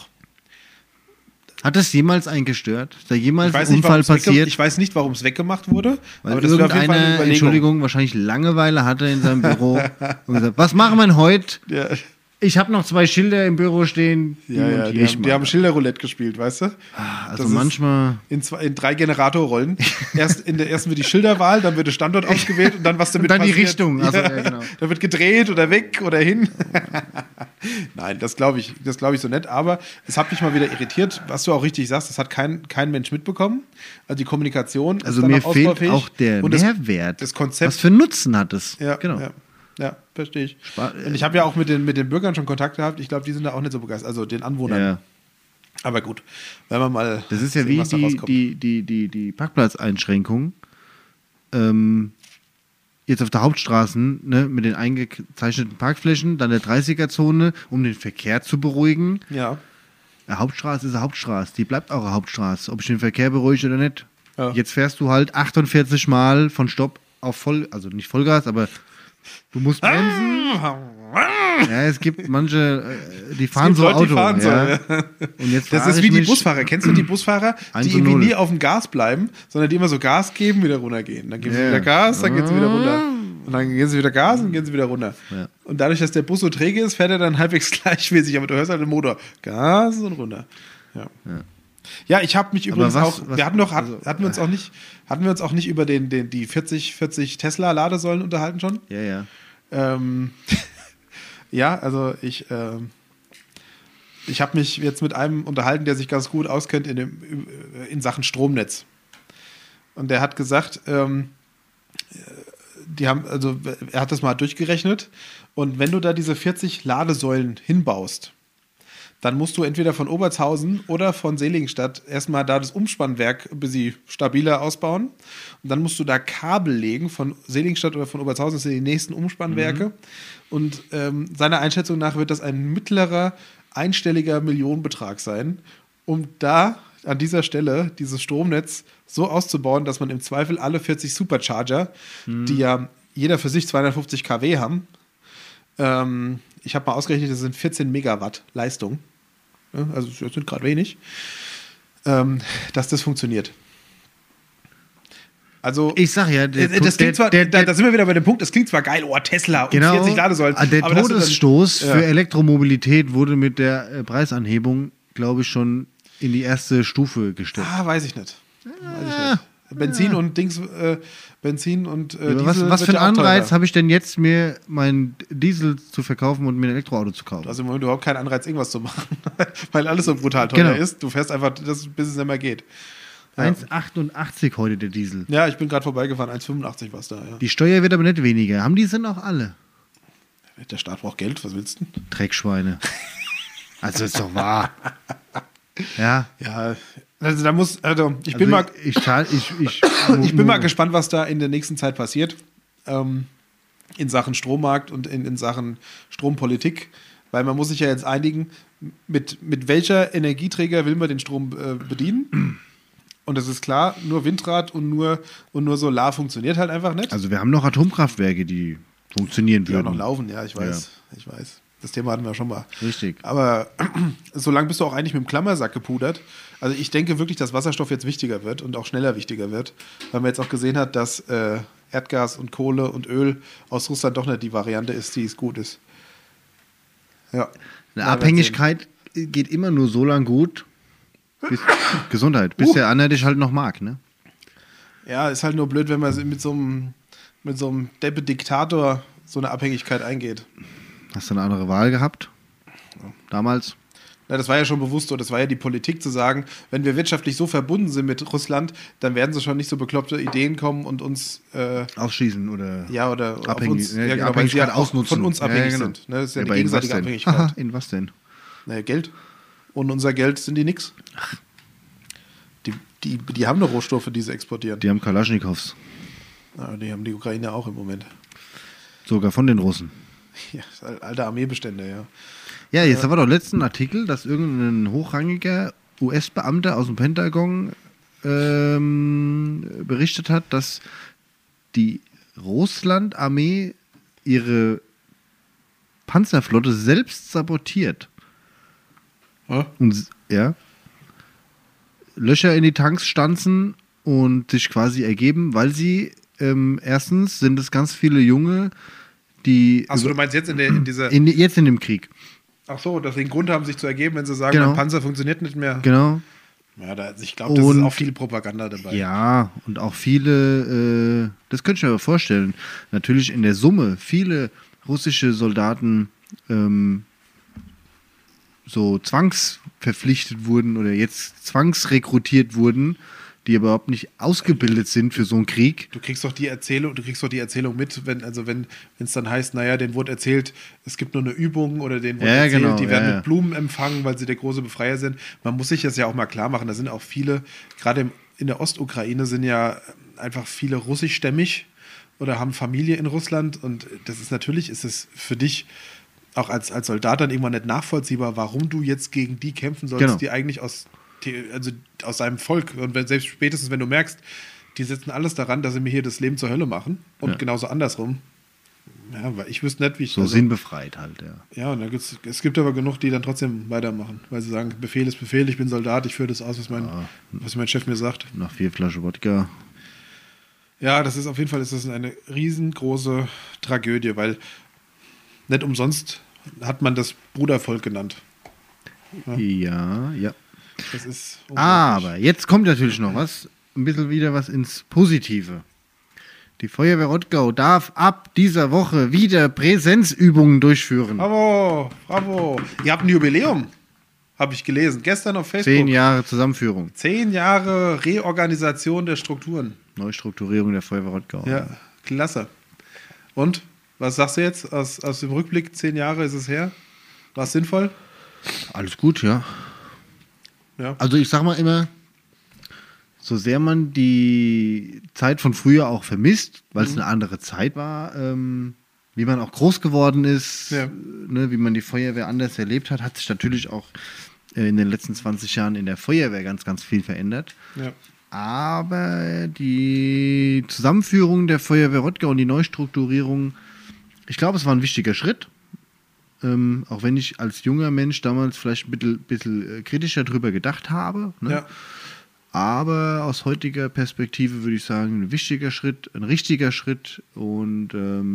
Hat das jemals einen gestört? Ist da jemals Ich weiß ein nicht, Unfall passiert? ich weiß nicht, warum es weggemacht wurde, Weil aber das wäre auf jeden Fall eine irgendeine, Überlegung. Entschuldigung, wahrscheinlich Langeweile hatte in seinem Büro und gesagt, was machen wir denn heute? Ja, Ich habe noch 2 Schilder im Büro stehen. ja, die haben Schilderroulette gespielt, weißt du? Also Das ist manchmal... in 3 Generatorrollen. In der ersten wird die Schilderwahl, dann wird der Standort ausgewählt und dann was damit Und dann die passiert. Richtung, also, ja, genau. Da wird gedreht oder weg oder hin. Nein, das glaube ich so nett. Aber es hat mich mal wieder irritiert, was du auch richtig sagst, das hat kein Mensch mitbekommen. Also die Kommunikation Also ist dann mir noch fehlt ausbaufähig. auch der Und Mehrwert. das Konzept. Was für Nutzen hat es? Ja, genau. ja, verstehe ich. Und ich habe ja auch mit den Bürgern schon Kontakt gehabt. Ich glaube, die sind da auch nicht so begeistert. Also den Anwohnern. Ja. Aber gut, wenn wir mal. Das ist ja sehen, wie was da rauskommt. die Parkplatzeinschränkung. Jetzt auf der Hauptstraße, ne, mit den eingezeichneten Parkflächen, dann der 30er-Zone, um den Verkehr zu beruhigen. Ja. Eine Hauptstraße ist eine Hauptstraße, die bleibt auch eine Hauptstraße, ob ich den Verkehr beruhige oder nicht. Ja. Jetzt fährst du halt 48 Mal von Stopp auf Voll, also nicht Vollgas, aber du musst bremsen. Ja, es gibt manche, die fahren so Leute, Auto. die fahren so, ja. ja. Und jetzt Das frage ist ich wie die mich, Busfahrer. Kennst du die Busfahrer, 1 die zu irgendwie 0. nie auf dem Gas bleiben, sondern die immer so Gas geben, wieder runtergehen. Dann geben sie Ja. wieder Gas, dann gehen sie wieder runter. Und dann gehen sie wieder Gas und gehen sie wieder runter. Ja. Und dadurch, dass der Bus so träge ist, fährt er dann halbwegs gleichmäßig, aber du hörst halt den Motor. Gas und runter. Ja, ich habe mich übrigens hatten wir uns auch nicht über die 40 Tesla-Ladesäulen unterhalten schon? Ja. Ja, also ich habe mich jetzt mit einem unterhalten, der sich ganz gut auskennt in Sachen Stromnetz. Und der hat gesagt, er hat das mal durchgerechnet. Und wenn du da diese 40 Ladesäulen hinbaust, dann musst du entweder von Obertshausen oder von Seligenstadt erstmal da das Umspannwerk ein bisschen stabiler ausbauen. Und dann musst du da Kabel legen von Seligenstadt oder von Obertshausen, das sind die nächsten Umspannwerke. Und seiner Einschätzung nach wird das ein mittlerer, einstelliger Millionenbetrag sein, um da an dieser Stelle dieses Stromnetz so auszubauen, dass man im Zweifel alle 40 Supercharger, die ja jeder für sich 250 kW haben, ich habe mal ausgerechnet, das sind 14 Megawatt Leistung, also das sind gerade wenig, dass das funktioniert. Also, ich sag ja, da sind wir wieder bei dem Punkt, das klingt zwar geil, Tesla und 40 Ladesäulen. Der Todesstoß für Elektromobilität wurde mit der Preisanhebung, glaube ich, schon in die erste Stufe gestellt. Weiß ich nicht. Benzin und Diesel. Was für einen Anreiz habe ich denn jetzt, mir meinen Diesel zu verkaufen und mir ein Elektroauto zu kaufen? Also im Moment überhaupt keinen Anreiz, irgendwas zu machen, weil alles so brutal teuer ist. Du fährst einfach, bis es nicht mehr geht. 1,88 heute der Diesel. Ja, ich bin gerade vorbeigefahren, 1,85 war es da. Ja. Die Steuer wird aber nicht weniger. Haben die sind auch alle. Der Staat braucht Geld, was willst du denn? Dreckschweine. Also ist doch wahr. Ja. Ja, also da muss, ich bin mal gespannt, was da in der nächsten Zeit passiert. In Sachen Strommarkt und in Sachen Strompolitik. Weil man muss sich ja jetzt einigen, mit welcher Energieträger will man den Strom bedienen. Und es ist klar, nur Windrad und nur Solar funktioniert halt einfach nicht. Also wir haben noch Atomkraftwerke, die funktionieren die würden. Die auch noch laufen, ja, ich weiß. Das Thema hatten wir schon mal. Richtig. Aber so lange bist du auch eigentlich mit dem Klammersack gepudert. Also ich denke wirklich, dass Wasserstoff jetzt wichtiger wird und auch schneller wichtiger wird, weil man jetzt auch gesehen hat, dass Erdgas und Kohle und Öl aus Russland doch nicht die Variante ist, die es gut ist. Ja. Eine Abhängigkeit geht immer nur so lang gut, bis der andere dich halt noch mag, ne? Ja, ist halt nur blöd, wenn man mit so einem Deppe-Diktator so eine Abhängigkeit eingeht. Hast du eine andere Wahl gehabt? Damals? Ja, das war ja schon bewusst so, das war ja die Politik zu sagen, wenn wir wirtschaftlich so verbunden sind mit Russland, dann werden sie schon nicht so bekloppte Ideen kommen und uns ausschließen oder abhängig, weil sie ausnutzen. Von uns abhängig sind. Ne? Das ist ja eine gegenseitige Abhängigkeit. Aha, in was denn? Naja, Geld. Und unser Geld sind die nix. Die haben nur Rohstoffe, die sie exportieren. Die haben Kalaschnikows. Ja, die haben die Ukraine auch im Moment. Sogar von den Russen. Ja, alte Armeebestände, ja. Ja, jetzt war doch letzten Artikel, dass irgendein hochrangiger US-Beamter aus dem Pentagon berichtet hat, dass die Russland-Armee ihre Panzerflotte selbst sabotiert. Und Löcher in die Tanks stanzen und sich quasi ergeben, weil sie erstens sind es ganz viele Junge, die... Achso, du meinst jetzt in dem Krieg. Ach so, dass sie einen Grund haben, sich zu ergeben, wenn sie sagen, mein Panzer funktioniert nicht mehr. Genau. Ja, ich glaube, das ist auch viel Propaganda dabei. Ja, und auch viele, das könnte ich mir aber vorstellen, natürlich in der Summe viele russische Soldaten so zwangsverpflichtet wurden oder jetzt zwangsrekrutiert wurden, die überhaupt nicht ausgebildet sind für so einen Krieg. Du kriegst doch die Erzählung mit, wenn es dann heißt, naja, denen wurde erzählt, es gibt nur eine Übung oder denen wurde erzählt, die werden mit Blumen empfangen, weil sie der große Befreier sind. Man muss sich das ja auch mal klar machen, da sind auch viele, gerade in der Ostukraine sind ja einfach viele russischstämmig oder haben Familie in Russland und das ist natürlich, ist es für dich auch als Soldat dann irgendwann nicht nachvollziehbar, warum du jetzt gegen die kämpfen sollst, die eigentlich aus seinem Volk und spätestens wenn du merkst, die setzen alles daran, dass sie mir hier das Leben zur Hölle machen und genauso andersrum. Ja, weil ich wüsste nicht, wie ich... So sinnbefreit halt, ja. Ja, und es gibt aber genug, die dann trotzdem weitermachen, weil sie sagen, Befehl ist Befehl, ich bin Soldat, ich führe das aus, was mein Chef mir sagt. Nach 4 Flaschen Wodka. Ja, das ist auf jeden Fall eine riesengroße Tragödie, weil nicht umsonst hat man das Brudervolk genannt. Ja, ja. Das ist Aber jetzt kommt natürlich noch was, ein bisschen wieder was ins Positive. Die Feuerwehr Rottgau darf ab dieser Woche wieder Präsenzübungen durchführen. Bravo, bravo. Ihr habt ein Jubiläum, habe ich gelesen. Gestern auf Facebook. 10 Jahre Zusammenführung. 10 Jahre Reorganisation der Strukturen. Neustrukturierung der Feuerwehr Rottgau. Ja, klasse. Und, was sagst du jetzt aus dem Rückblick? 10 Jahre ist es her. War es sinnvoll? Alles gut, ja. Ja. Also ich sag mal immer, so sehr man die Zeit von früher auch vermisst, weil es eine andere Zeit war, wie man auch groß geworden ist, Ja. ne, wie man die Feuerwehr anders erlebt hat, hat sich natürlich auch in den letzten 20 Jahren in der Feuerwehr ganz, ganz viel verändert. Ja. Aber die Zusammenführung der Feuerwehr Rottgau und die Neustrukturierung, ich glaube, es war ein wichtiger Schritt. Auch wenn ich als junger Mensch damals vielleicht ein bisschen kritischer drüber gedacht habe. Ne? Ja. Aber aus heutiger Perspektive würde ich sagen, ein wichtiger Schritt, ein richtiger Schritt. Und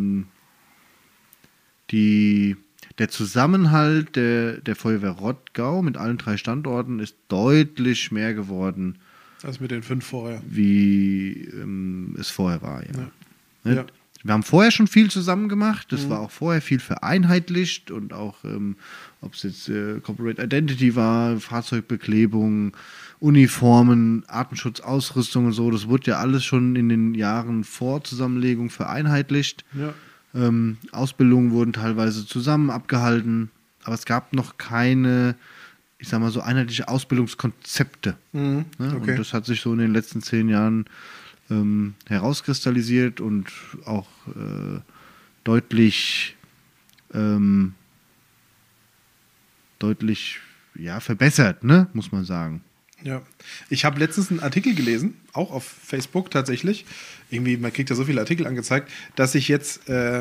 der Zusammenhalt der Feuerwehr Rottgau mit allen 3 Standorten ist deutlich mehr geworden, Das mit den 5 vorher. wie es vorher war. Ja. Ja. Ne? Ja. Wir haben vorher schon viel zusammen gemacht. Das war auch vorher viel vereinheitlicht und auch, ob es jetzt Corporate Identity war, Fahrzeugbeklebung, Uniformen, Atemschutzausrüstung und so. Das wurde ja alles schon in den Jahren vor Zusammenlegung vereinheitlicht. Ja. Ausbildungen wurden teilweise zusammen abgehalten, aber es gab noch keine, ich sag mal so, einheitliche Ausbildungskonzepte. Mhm. Ne? Okay. Und das hat sich so in den letzten 10 Jahren herauskristallisiert und auch deutlich verbessert, ne? Muss man sagen. Ja, ich habe letztens einen Artikel gelesen, auch auf Facebook tatsächlich. Irgendwie, man kriegt ja so viele Artikel angezeigt, dass ich jetzt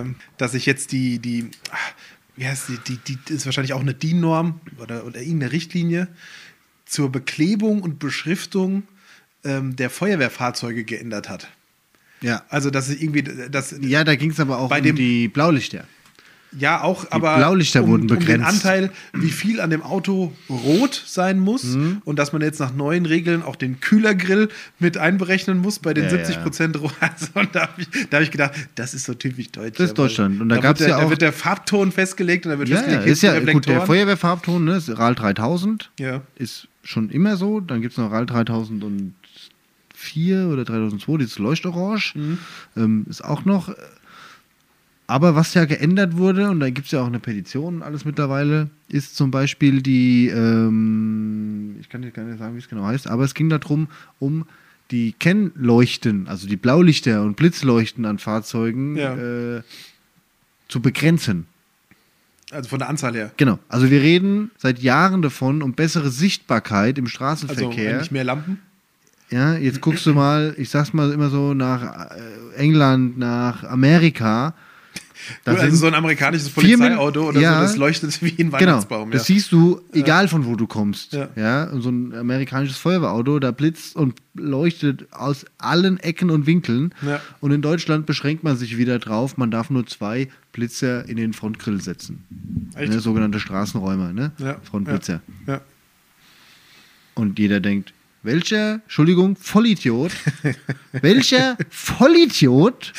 die wie heißt die ist wahrscheinlich auch eine DIN-Norm oder irgendeine Richtlinie zur Beklebung und Beschriftung der Feuerwehrfahrzeuge geändert hat. Ja. Also, dass ich irgendwie, Ja, da ging es aber auch Bei um dem- die Blaulichter. ja, auch, aber Blaulichter wurden um den begrenzt. Anteil, wie viel an dem Auto rot sein muss und dass man jetzt nach neuen Regeln auch den Kühlergrill mit einberechnen muss bei den Ja, 70% rot. Also, da hab ich gedacht, das ist so typisch deutsch. Das ist Deutschland. Und da wird gab's ja da auch- wird der Farbton festgelegt und da wird Ja, festgelegt, ist ja hinten gut, der Reflektoren. Feuerwehrfarbton, ne, ist RAL 3000, Ja. ist schon immer so. Dann gibt es noch RAL 3004 oder 3002, dieses Leuchtorange. Ist auch noch. Aber was ja geändert wurde, und da gibt es ja auch eine Petition und alles mittlerweile, ist zum Beispiel die, ich kann jetzt gar nicht sagen, wie es genau heißt, aber es ging darum, um die Kennleuchten, also die Blaulichter und Blitzleuchten an Fahrzeugen Ja. zu begrenzen. Also von der Anzahl her. Genau. Also wir reden seit Jahren davon, um bessere Sichtbarkeit im Also Straßenverkehr. eigentlich mehr Lampen. Ja, jetzt guckst du mal, ich sag's mal immer so, nach England, nach Amerika. Da Also sind so ein amerikanisches 4 Polizeiauto oder ja, so, das leuchtet wie ein Genau, Weihnachtsbaum. das siehst du, egal von wo du kommst. Ja. Ja, und so ein amerikanisches Feuerwehrauto, da blitzt und leuchtet aus allen Ecken und Winkeln. Ja. Und in Deutschland beschränkt man sich wieder drauf, man darf nur 2 Blitzer in den Frontgrill setzen. Echt? Ne, sogenannte Straßenräumer, ne? Ja. Frontblitzer. Ja. Und jeder denkt, Entschuldigung, Vollidiot, welcher Vollidiot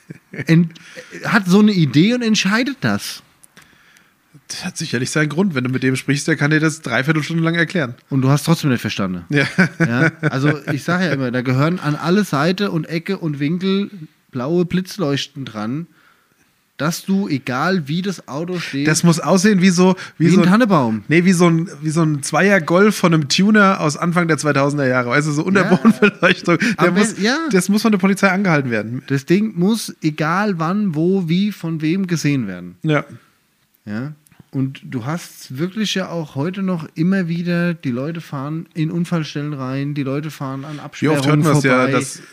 hat so eine Idee und entscheidet das? Das hat sicherlich seinen Grund. Wenn du mit dem sprichst, der kann dir das 3/4 Stunde lang erklären. Und du hast trotzdem nicht verstanden. Ja. Ja? Also ich sage ja immer, da gehören an alle Seite und Ecke und Winkel blaue Blitzleuchten dran, dass du, egal wie das Auto steht, Das muss aussehen wie so ein Tannebaum. Nee, wie so ein Zweier-Golf von einem Tuner aus Anfang der 2000er Jahre. Weißt du, so Unterbodenbeleuchtung. Das muss von der Polizei angehalten werden. Das Ding muss, egal wann, wo, wie, von wem gesehen werden. Ja. Ja. Und du hast wirklich ja auch heute noch immer wieder, die Leute fahren in Unfallstellen rein, die Leute fahren an Wie Absperrungen oft hört man es vorbei. ja, dass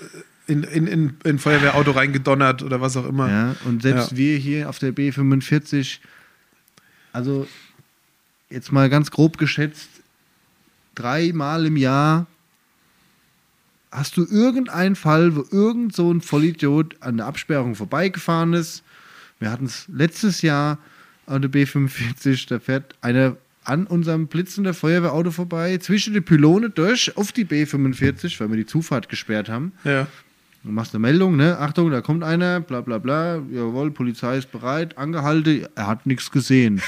in Feuerwehrauto reingedonnert oder was auch immer. Ja, und selbst Ja. wir hier auf der B45, also jetzt mal ganz grob geschätzt, 3 Mal im Jahr hast du irgendeinen Fall, wo irgend so ein Vollidiot an der Absperrung vorbeigefahren ist? Wir hatten es letztes Jahr an der B45, da fährt einer an unserem blitzenden Feuerwehrauto vorbei, zwischen die Pylone durch, auf die B45, weil wir die Zufahrt gesperrt haben. Ja. Du machst eine Meldung, ne? Achtung, da kommt einer, bla bla bla, jawohl, Polizei ist bereit, angehalten, er hat nichts gesehen.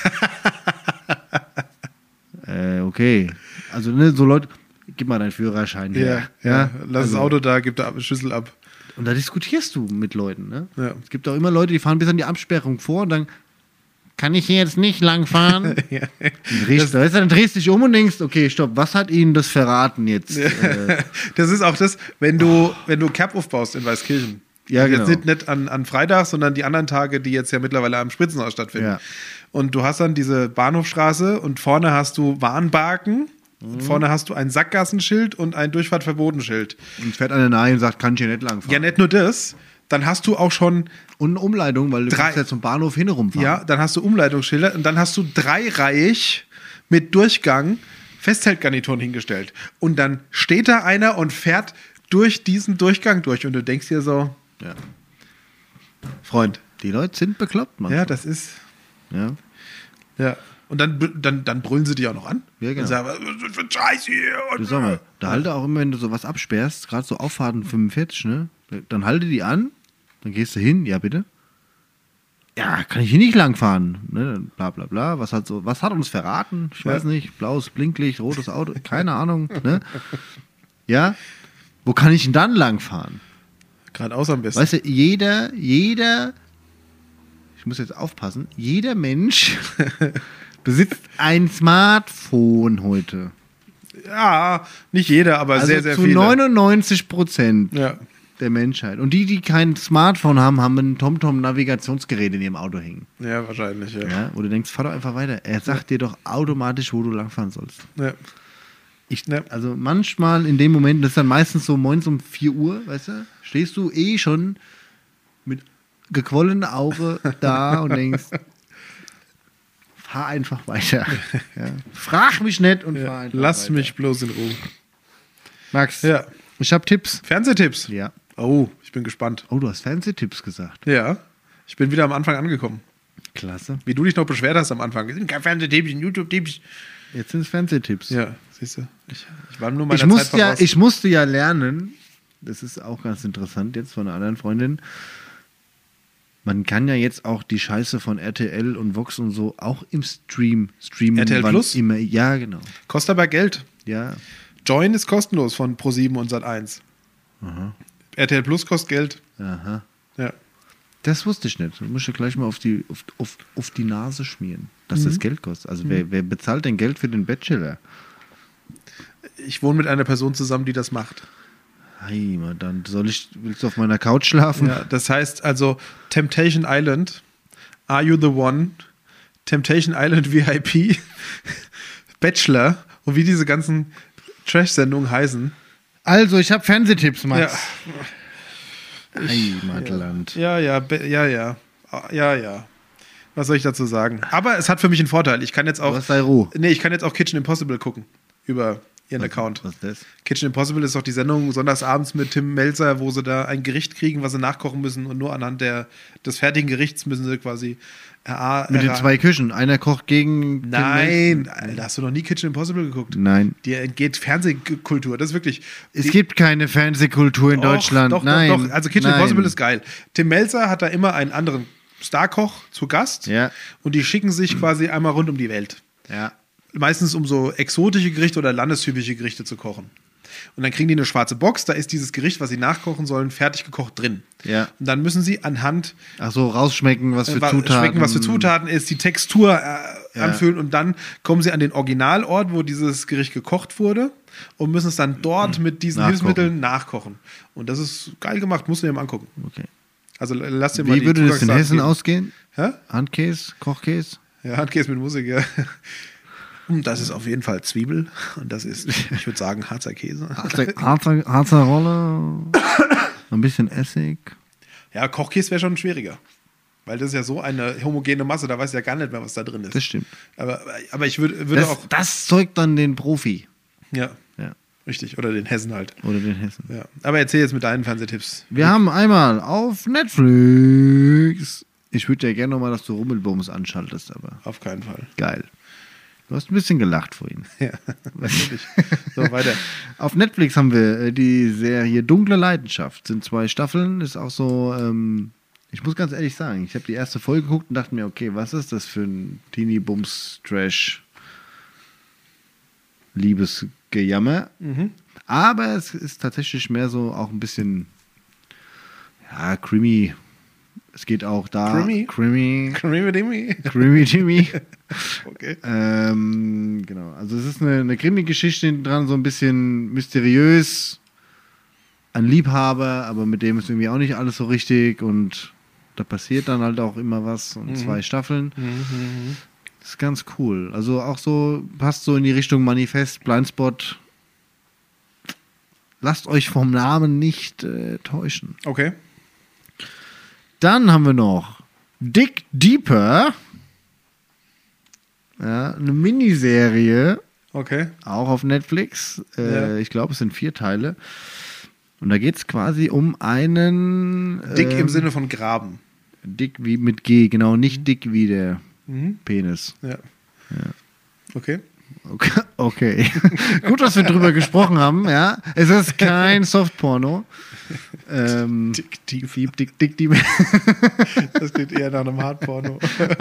Okay. Also, ne, so Leute, gib mal deinen Führerschein her. Ja. Lass das Auto da, gib da Schlüssel ab. Und da diskutierst du mit Leuten, ne? Ja. Es gibt auch immer Leute, die fahren bis an die Absperrung vor und dann kann ich hier jetzt nicht langfahren. Ja. Dann drehst du dich um und denkst, okay, stopp, was hat Ihnen das verraten jetzt? Das ist auch das, wenn du Cap aufbaust in Weißkirchen. Ja, genau. Jetzt nicht an Freitag, sondern die anderen Tage, die jetzt ja mittlerweile am Spritzenhaus stattfinden. Ja. Und du hast dann diese Bahnhofstraße und vorne hast du Warnbarken, vorne hast du ein Sackgassenschild und ein Durchfahrtverbotenschild. Und fährt einer nahe und sagt, kann ich hier nicht langfahren. Ja, nicht nur das, dann hast du auch schon Und eine Umleitung, weil du kannst ja zum Bahnhof hin rumfahren. Ja, dann hast du Umleitungsschilder und dann hast du dreireihig mit Durchgang Festzeltgarnituren hingestellt. Und dann steht da einer und fährt durch diesen Durchgang durch. Und du denkst dir so, Ja. Freund. Die Leute sind bekloppt, man. Ja, das ist. Ja. Ja. Und dann brüllen sie dich auch noch an. Ja, genau. Und sagen, was ist das für ein Scheiß hier? Du sag mal, da halte auch immer, wenn du sowas absperrst, gerade so Auffahrten 45, ne? Dann halte die an, dann gehst du hin, ja bitte. Ja, kann ich hier nicht langfahren, ne? Bla bla bla. Was hat uns verraten? Ich weiß nicht. Blaues Blinklicht, rotes Auto, keine Ahnung, ne? Ja? Wo kann ich denn dann langfahren? Geradeaus am besten. Weißt du, jeder, ich muss jetzt aufpassen, jeder Mensch besitzt ein Smartphone heute. Ja, nicht jeder, aber Also sehr, sehr zu viele. 99% Ja. der Menschheit. Und die kein Smartphone haben, haben ein TomTom-Navigationsgerät in ihrem Auto hängen. Ja, wahrscheinlich, ja. Ja, wo du denkst, fahr doch einfach weiter. Er sagt dir doch automatisch, wo du langfahren sollst. Ja. Also manchmal in dem Moment, das ist dann meistens so morgens um 4 Uhr, weißt du, stehst du schon mit gequollenem Auge da und denkst, fahr einfach weiter. Ja. Frag mich nicht und fahr einfach Lass weiter. mich bloß in Ruhe. Max, Ja. ich habe Tipps. Fernsehtipps? Ja. Oh, ich bin gespannt. Oh, du hast Fernsehtipps gesagt. Ja, ich bin wieder am Anfang angekommen. Klasse. Wie du dich noch beschwert hast am Anfang. Es sind keine Fernsehtipps, YouTube-Tipps. Jetzt sind es Fernsehtipps. Ja, siehst du. Ich war nur meiner Zeit voraus. Ich musste ja lernen, das ist auch ganz interessant jetzt von einer anderen Freundin, man kann ja jetzt auch die Scheiße von RTL und Vox und so auch im streamen. RTL wann Plus? Immer. Ja, genau. Kostet aber Geld. Ja. Join ist kostenlos von Pro7 und Sat1. RTL Plus kostet Geld. Aha. Ja. Das wusste ich nicht. Da musst du gleich mal auf die Nase schmieren, dass das Geld kostet. Also wer bezahlt denn Geld für den Bachelor? Ich wohne mit einer Person zusammen, die das macht. Hey, man, dann willst du auf meiner Couch schlafen? Ja, das heißt also Temptation Island, Are You the One, Temptation Island VIP, Bachelor und wie diese ganzen Trash-Sendungen heißen. Also, ich habe Fernsehtipps, Max. Ja. Heimatland. Ja. Was soll ich dazu sagen? Aber es hat für mich einen Vorteil. Ich kann jetzt auch. Was sei Ruhe. Nee, ich kann jetzt auch Kitchen Impossible gucken. Über ihren Account. Was ist das? Kitchen Impossible ist doch die Sendung sonntagsabends mit Tim Melzer, wo sie da ein Gericht kriegen, was sie nachkochen müssen und nur anhand des fertigen Gerichts müssen sie quasi Mit den zwei Küchen. Einer kocht gegen. Nein, da hast du noch nie Kitchen Impossible geguckt. Nein. Dir entgeht Fernsehkultur. Das ist wirklich. Es gibt keine Fernsehkultur in Deutschland. Doch, Nein. Doch. Also Kitchen Impossible ist geil. Tim Melzer hat da immer einen anderen Starkoch zu Gast. Ja. Und die schicken sich quasi einmal rund um die Welt. Ja. Meistens um so exotische Gerichte oder landestypische Gerichte zu kochen. Und dann kriegen die eine schwarze Box, da ist dieses Gericht, was sie nachkochen sollen, fertig gekocht drin. Ja. Und dann müssen sie anhand Ach so, rausschmecken, was für Zutaten. schmecken, was für Zutaten ist, die Textur anfühlen und dann kommen sie an den Originalort, wo dieses Gericht gekocht wurde und müssen es dann dort mit diesen Nachkochen. Hilfsmitteln nachkochen. Und das ist geil gemacht, musst du dir mal angucken. Okay. Also lass dir mal Wie die würde das in Zugangsdaten Hessen geben. ausgehen? Hä? Handkäse, Kochkäse? Ja, Handkäse mit Musik, ja. Das ist auf jeden Fall Zwiebel und das ist, ich würde sagen, Harzer Käse. Harzer Rolle, ein bisschen Essig. Ja, Kochkäse wäre schon schwieriger. Weil das ist ja so eine homogene Masse, da weiß ja gar nicht mehr, was da drin ist. Das stimmt. Aber ich würde auch. Das zeugt dann den Profi. Ja. Ja. Richtig, oder den Hessen halt. Oder den Hessen. Ja. Aber erzähl jetzt mit deinen Fernsehtipps. Wir haben einmal auf Netflix. Ich würde ja gerne nochmal, dass du Rummelbums anschaltest, aber Auf keinen Fall. geil. Du hast ein bisschen gelacht vorhin. Ja, natürlich. So, weiter. Auf Netflix haben wir die Serie Dunkle Leidenschaft. Sind 2 Staffeln. Ist auch so, ich muss ganz ehrlich sagen, ich habe die erste Folge geguckt und dachte mir, okay, was ist das für ein Teenie-Bums-Trash-Liebesgejammer? Aber es ist tatsächlich mehr so auch ein bisschen, ja, creamy. Es geht auch da. Creamy? Creamy. Creamy. Creamy Timmy. Okay. Genau. Also es ist eine Krimi-Geschichte hinten dran, so ein bisschen mysteriös. Ein Liebhaber, aber mit dem ist irgendwie auch nicht alles so richtig und da passiert dann halt auch immer was und 2 Staffeln. Das ist ganz cool. Also auch so, passt so in die Richtung Manifest, Blindspot. Lasst euch vom Namen nicht täuschen. Okay. Dann haben wir noch Dig Deeper. Ja, eine Miniserie, Okay. auch auf Netflix. Ja. Ich glaube, es sind 4 Teile. Und da geht es quasi um einen... Dick im Sinne von Graben. Dick wie mit G, genau, nicht dick wie der Penis. Ja. Okay. Okay. Gut, dass wir drüber gesprochen haben, ja. Es ist kein Softporno. Dick Deep. Dick Deep. Das klingt eher nach einem Hardporno.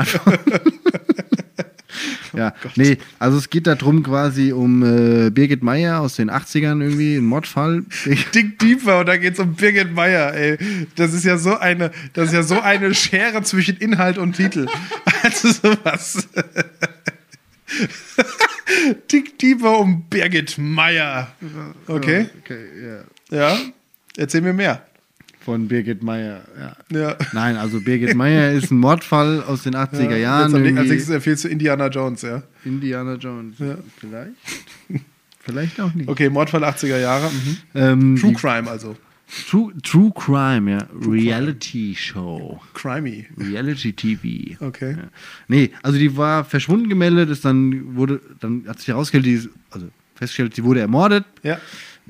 Ja, nee, also es geht darum quasi um Birgit Meyer aus den 80ern irgendwie, ein Mordfall. Dick Deeper und da geht's um Birgit Meyer, ey. Das ist ja so eine Schere zwischen Inhalt und Titel. Also sowas. Dick Deeper um Birgit Meyer. Okay. Okay, ja. Ja. Erzähl mir mehr. Von Birgit Meyer, ja. Ja. Nein, also Birgit Meyer ist ein Mordfall aus den 80er Jahren. Jetzt als irgendwie. nächstes empfiehlst du Indiana Jones, ja? Indiana Jones. Ja. Vielleicht. Vielleicht auch nicht. Okay, Mordfall 80er Jahre. True Crime also. True Crime, ja. Reality Show. Crimey. Reality TV. Okay. Ja. Nee, also die war verschwunden gemeldet, dann hat sich herausgestellt, festgestellt, sie wurde ermordet. Ja.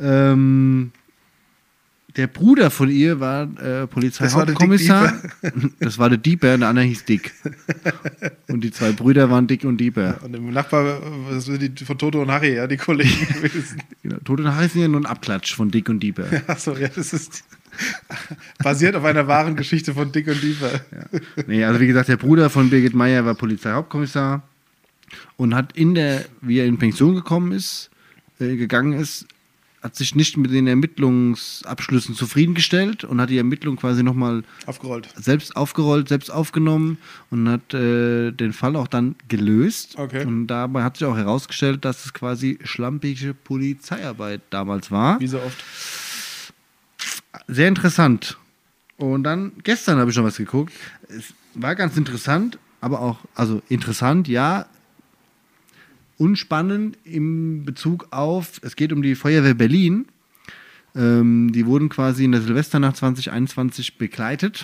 Der Bruder von ihr war Polizeihauptkommissar. Das war der Deeper und der andere hieß Dick. Und die 2 Brüder waren Dick und Deeper. Und im Nachbar, das sind die von Toto und Harry, ja, die Kollegen gewesen. Genau. Tod und Harry sind ja nur ein Abklatsch von Dick und Deeper. Achso, ja, das ist basiert auf einer wahren Geschichte von Dick und Deeper. Ja. Nee, also wie gesagt, der Bruder von Birgit Meyer war Polizeihauptkommissar und hat wie er in Pension gegangen ist, hat sich nicht mit den Ermittlungsabschlüssen zufriedengestellt und hat die Ermittlung quasi nochmal selbst aufgerollt, selbst aufgenommen und hat den Fall auch dann gelöst. Okay. Und dabei hat sich auch herausgestellt, dass es quasi schlampige Polizeiarbeit damals war. Wie so oft. Sehr interessant. Und dann, gestern habe ich noch was geguckt. Es war ganz interessant, aber auch, also interessant, ja, unspannend im Bezug auf, es geht um die Feuerwehr Berlin. Die wurden quasi in der Silvesternacht 2021 begleitet.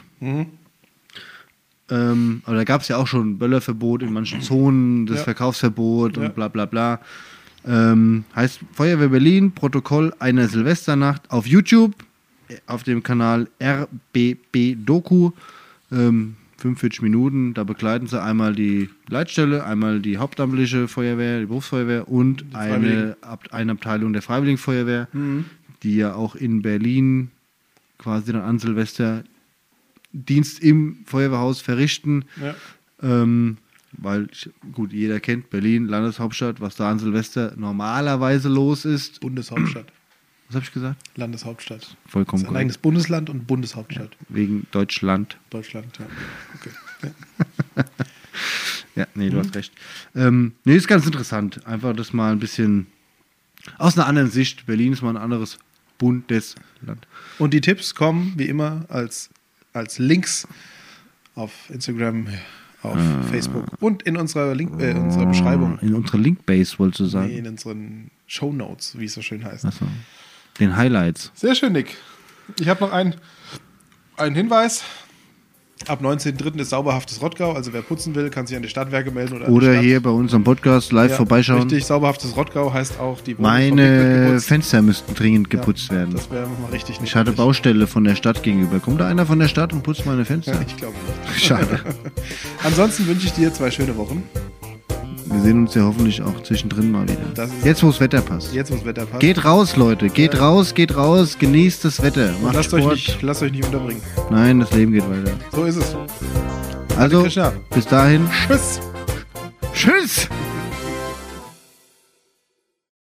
Aber da gab es ja auch schon Böllerverbot in manchen Zonen, das Verkaufsverbot und bla bla bla. Heißt Feuerwehr Berlin, Protokoll einer Silvesternacht auf YouTube, auf dem Kanal RBB Doku. 45 Minuten, da begleiten sie einmal die Leitstelle, einmal die hauptamtliche Feuerwehr, die Berufsfeuerwehr und eine Abteilung der Freiwilligenfeuerwehr, die ja auch in Berlin quasi dann an Silvester Dienst im Feuerwehrhaus verrichten. Ja. Weil, gut, jeder kennt Berlin, Landeshauptstadt, was da an Silvester normalerweise los ist. Bundeshauptstadt. Was habe ich gesagt? Landeshauptstadt. Vollkommen das ist ein eigenes Bundesland und Bundeshauptstadt. Ja, wegen Deutschland. Deutschland, ja. Okay. Ja, ja, nee, du hast recht. Nee, ist ganz interessant. Einfach das mal ein bisschen aus einer anderen Sicht. Berlin ist mal ein anderes Bundesland. Und die Tipps kommen, wie immer, als Links auf Instagram, auf Facebook und in unserer unserer Beschreibung. In unserer Linkbase, wolltest du sagen? Nee, in unseren Shownotes, wie es so schön heißt. Achso. Den Highlights. Sehr schön, Nick. Ich habe noch einen Hinweis. Ab 19.03. ist sauberhaftes Rottgau. Also wer putzen will, kann sich an die Stadtwerke melden. Oder hier bei unserem Podcast live vorbeischauen. Richtig, sauberhaftes Rottgau heißt auch die Wohnung Meine Fenster müssten dringend geputzt werden. Das wäre mal richtig Ich hatte Baustelle von der Stadt gegenüber. Kommt da einer von der Stadt und putzt meine Fenster? Ja, ich glaube nicht. Schade. Ansonsten wünsche ich dir 2 schöne Wochen. Wir sehen uns ja hoffentlich auch zwischendrin mal wieder. Jetzt, wo das Wetter passt. Geht raus, Leute. Geht raus. Genießt das Wetter. Macht Sport. Lasst euch nicht unterbringen. Nein, das Leben geht weiter. So ist es. Also, bis dahin. Tschüss. Tschüss.